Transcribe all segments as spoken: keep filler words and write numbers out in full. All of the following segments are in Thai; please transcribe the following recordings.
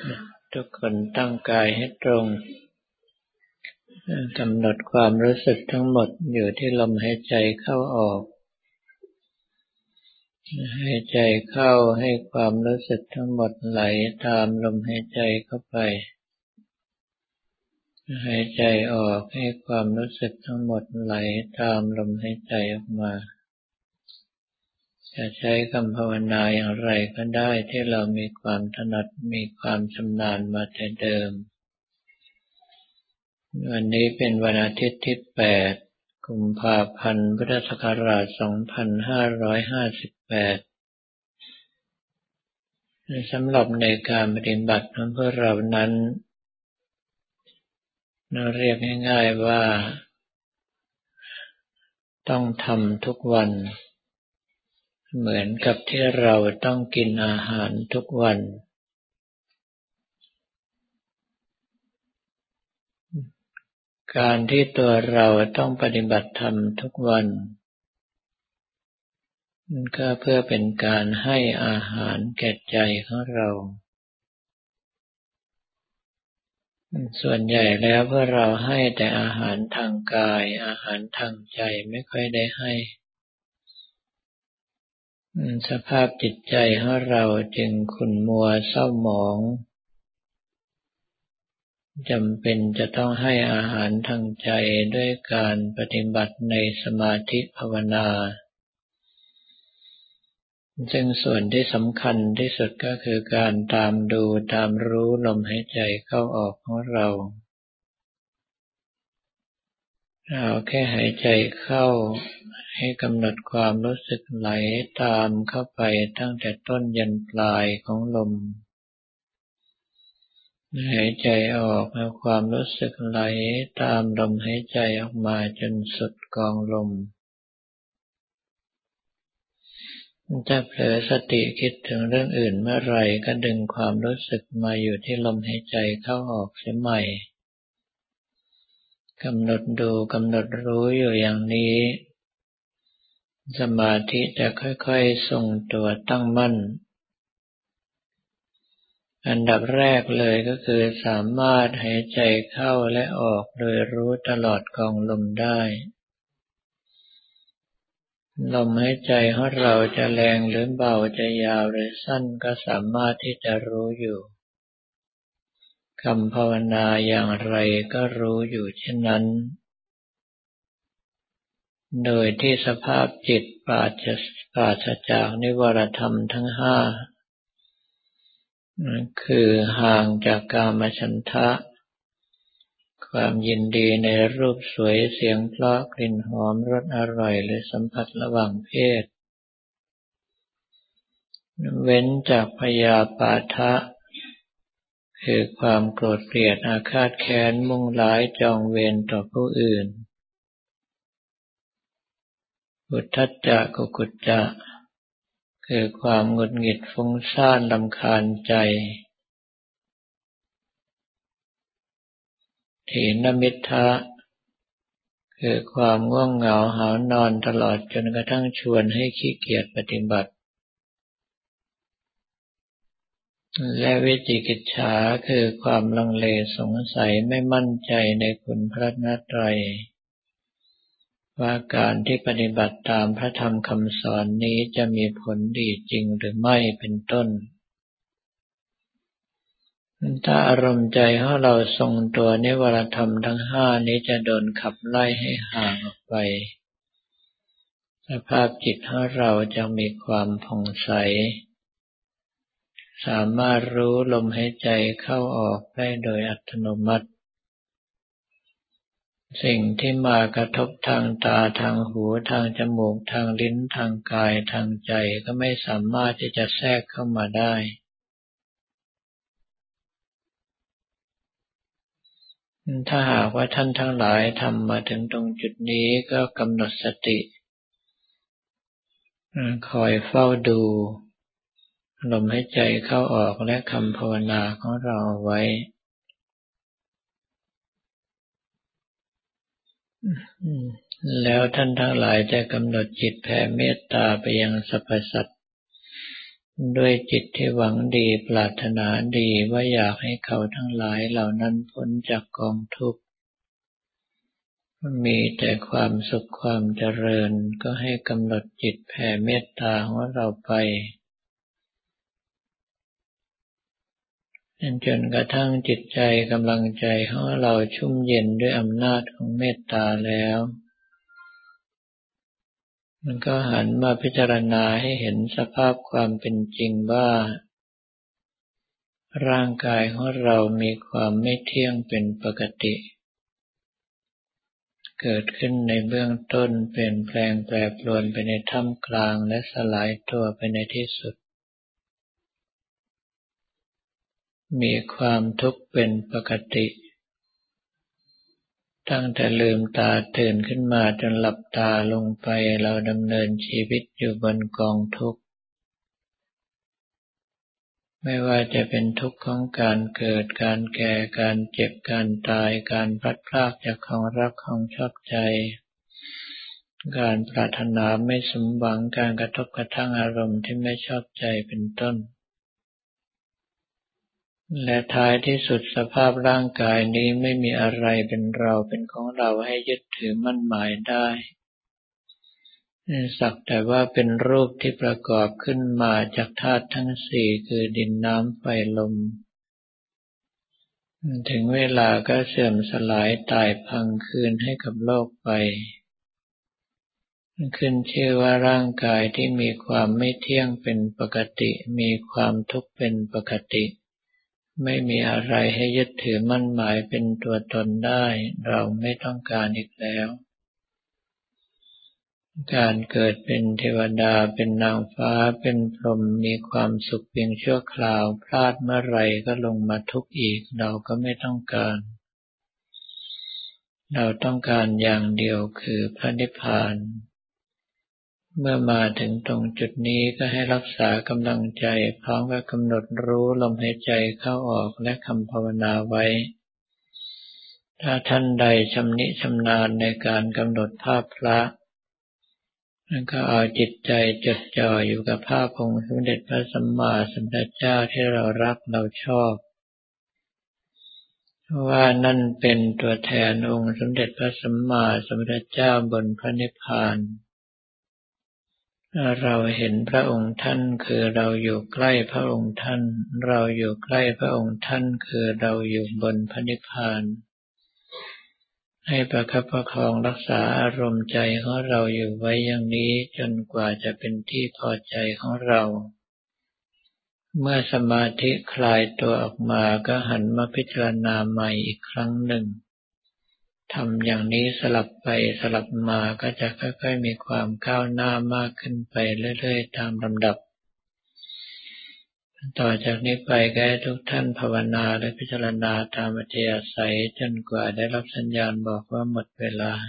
ทุกคนตั้งกายให้ตรงกำหนดความรู้สึกทั้งหมดอยู่ที่ลมหายใจเข้าออกหายใจเข้าให้ความรู้สึกทั้งหมดไหลตามลมหายใจเข้าไปหายใจออกให้ความรู้สึกทั้งหมดไหลตามลมหายใจออกมาจะใช้คำภาวนาอย่างไรก็ได้ที่เรามีความถนัดมีความชำนาญมาแต่เดิมวันนี้เป็นวันอาทิตย์ที่แปดกุมภาพันธ์พุทธศักราชสองพันห้าร้อยห้าสิบแปดสำหรับในการปฏิบัติของพวกเรานั้นเราเรียกง่ายๆว่าต้องทำทุกวันเหมือนกับที่เราต้องกินอาหารทุกวันการที่ตัวเราต้องปฏิบัติธรรมทุกวันก็เพื่อเป็นการให้อาหารแก่ใจของเราส่วนใหญ่แล้วพวกเราให้แต่อาหารทางกายอาหารทางใจไม่ค่อยได้ให้สภาพจิตใจของเราจึงขุ่นมัวเศร้าหมองจำเป็นจะต้องให้อาหารทางใจด้วยการปฏิบัติในสมาธิภาวนาซึ่งส่วนที่สำคัญที่สุดก็คือการตามดูตามรู้ลมหายใจเข้าออกของเราเอาแค่หายใจเข้าให้กำหนดความรู้สึกไหลตามเข้าไปตั้งแต่ต้นยันปลายของลมหายใจออกเอาความรู้สึกไหลตามลมหายใจออกมาจนสุดกองลมถ้าเผลอสติคิดถึงเรื่องอื่นเมื่อไหร่ก็ดึงความรู้สึกมาอยู่ที่ลมหายใจเข้าออกเสียใหม่กำหนดดูกำหนดรู้อยู่อย่างนี้สมาธิจะค่อยๆทรงตัวตั้งมั่นอันดับแรกเลยก็คือสามารถหายใจเข้าและออกโดยรู้ตลอดกองลมได้ลมหายใจของเราจะแรงหรือเบาจะยาวหรือสั้นก็สามารถที่จะรู้อยู่คำภาวนาอย่างไรก็รู้อยู่เช่นนั้นโดยที่สภาพจิตปราศปราศจากนิวรธรรมทั้งห้าคือห่างจากกามฉันทะความยินดีในรูปสวยเสียงเพราะกลิ่นหอมรสอร่อยหรือสัมผัสระหว่างเพศเว้นจากพยาปาทะคือความโกรธเกลียดอาฆาตแค้นมุ่งร้ายจองเวรต่อผู้อื่นอุทธัจจะกุกุจจะคือความหงุดหงิดฟุ้งซ่านรำคาญใจถีนมิทธะคือความง่วงเหงาหาวนอนตลอดจนกระทั่งชวนให้ขี้เกียจปฏิบัติและวิจิกิจฉาคือความลังเลสงสัยไม่มั่นใจในคุณพระรัตนตรัยว่าการที่ปฏิบัติตามพระธรรมคำสอนนี้จะมีผลดีจริงหรือไม่เป็นต้นถ้าอารมณ์ใจของเราทรงตัวนิวรธรรมทั้งห้านี้จะโดนขับไล่ให้ห่างออกไปสภาพจิตของเราจะมีความผ่องใสสามารถรู้ลมหายใจเข้าออกได้โดยอัตโนมัติสิ่งที่มากระทบทางตาทางหูทางจมูกทางลิ้นทางกายทางใจก็ไม่สามารถที่จะแทรกเข้ามาได้ถ้าหากว่าท่านทั้งหลายทำมาถึงตรงจุดนี้ก็กำหนดสติคอยเฝ้าดูลมหายใจเข้าออกและคำภาวนาของเราไว้แล้วท่านทั้งหลายจะกำหนดจิตแผ่เมตตาไปยังสรรพสัตว์ด้วยจิตที่หวังดีปรารถนาดีว่าอยากให้เขาทั้งหลายเหล่านั้นพ้นจากกองทุกข์มีแต่ความสุขความเจริญก็ให้กำหนดจิตแผ่เมตตาของเราไปจนกระทั่งจิตใจกำลังใจของเราชุ่มเย็นด้วยอำนาจของเมตตาแล้วมันก็หันมาพิจารณาให้เห็นสภาพความเป็นจริงว่าร่างกายของเรามีความไม่เที่ยงเป็นปกติเกิดขึ้นในเบื้องต้นเปลี่ยนแปลงแปรปรวนไปในท่ามกลางและสลายตัวไปในที่สุดมีความทุกข์เป็นปกติตั้งแต่ลืมตาตื่นขึ้นมาจนหลับตาลงไปเราดำเนินชีวิตอยู่บนกองทุกข์ไม่ว่าจะเป็นทุกข์ของการเกิดการแก่การเจ็บการตายการพลัดพรากจากของรักของชอบใจการปรารถนาไม่สมหวังการกระทบกระทั่งอารมณ์ที่ไม่ชอบใจเป็นต้นและท้ายที่สุดสภาพร่างกายนี้ไม่มีอะไรเป็นเราเป็นของเราให้ยึดถือมั่นหมายได้สักแต่ว่าเป็นรูปที่ประกอบขึ้นมาจากธาตุทั้งสี่คือดินน้ำไฟลมถึงเวลาก็เสื่อมสลายตายพังคืนให้กับโลกไปขึ้นชื่อว่าร่างกายที่มีความไม่เที่ยงเป็นปกติมีความทุกข์เป็นปกติไม่มีอะไรให้ยึดถือมั่นหมายเป็นตัวตนได้เราไม่ต้องการอีกแล้วการเกิดเป็นเทวดาเป็นนางฟ้าเป็นพรหมมีความสุขเพียงชั่วคราวพลาดเมื่อไรก็ลงมาทุกข์อีกเราก็ไม่ต้องการเราต้องการอย่างเดียวคือพระนิพพานเมื่อมาถึงตรงจุดนี้ก็ให้รักษากำลังใจพร้อมกับกำหนดรู้ลมหายใจเข้าออกและคำภาวนาไว้ถ้าท่านใดชำนิชำนาญในการกำหนดภาพพระก็เอาจิตใจจดจ่ออยู่กับภาพองค์สมเด็จพระสัมมาสัมพุทธเจ้าที่เรารักเราชอบว่านั่นเป็นตัวแทนองค์สมเด็จพระสัมมาสัมพุทธเจ้าบนพระนิพพานเราเห็นพระองค์ท่านคือเราอยู่ใกล้พระองค์ท่านเราอยู่ใกล้พระองค์ท่านคือเราอยู่บนพระนิพพานให้ประคับประคองรักษาอารมณ์ใจของเราอยู่ไว้อย่างนี้จนกว่าจะเป็นที่พอใจของเราเมื่อสมาธิคลายตัวออกมาก็หันมาพิจารณาใหม่อีกครั้งหนึ่งทำอย่างนี้สลับไปสลับมาก็จะค่อยๆมีความก้าวหน้ามากขึ้นไปเรื่อยๆตามลำดับต่อจากนี้ไปก็ให้ทุกท่านภาวนาและพิจารณาตามอัธยาศัยจนกว่าได้รับสัญญาณบอกว่าหมดเวลา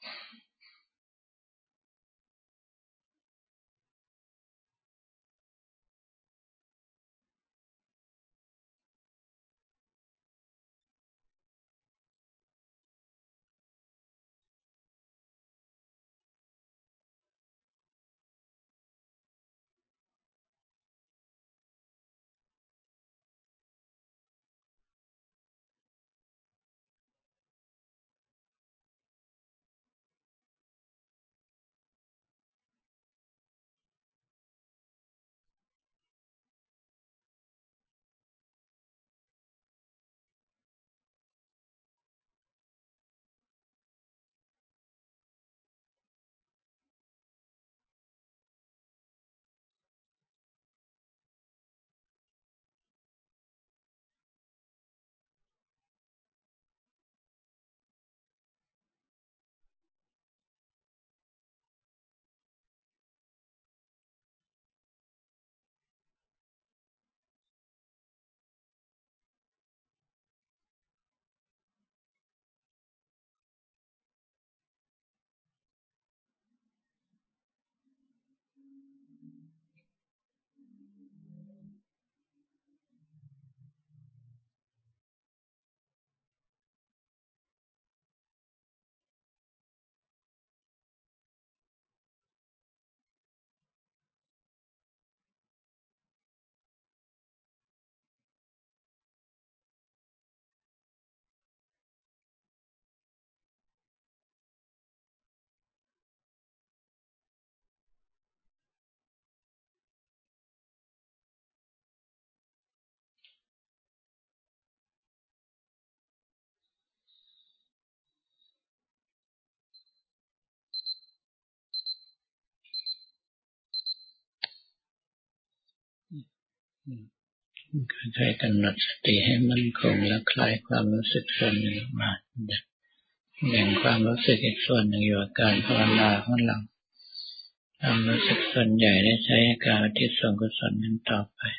ค่อยๆกำหนดสติให้มั่นคงและคลายความรู้สึกส่วนหนึ่งออกมาแบ่งความรู้สึกอีกส่วนหนึ่งอยู่กับการภาวนาของเราความรู้สึกส่วนใหญ่ได้ใช้การอุทิศส่วนกุศลนั้นต่อไป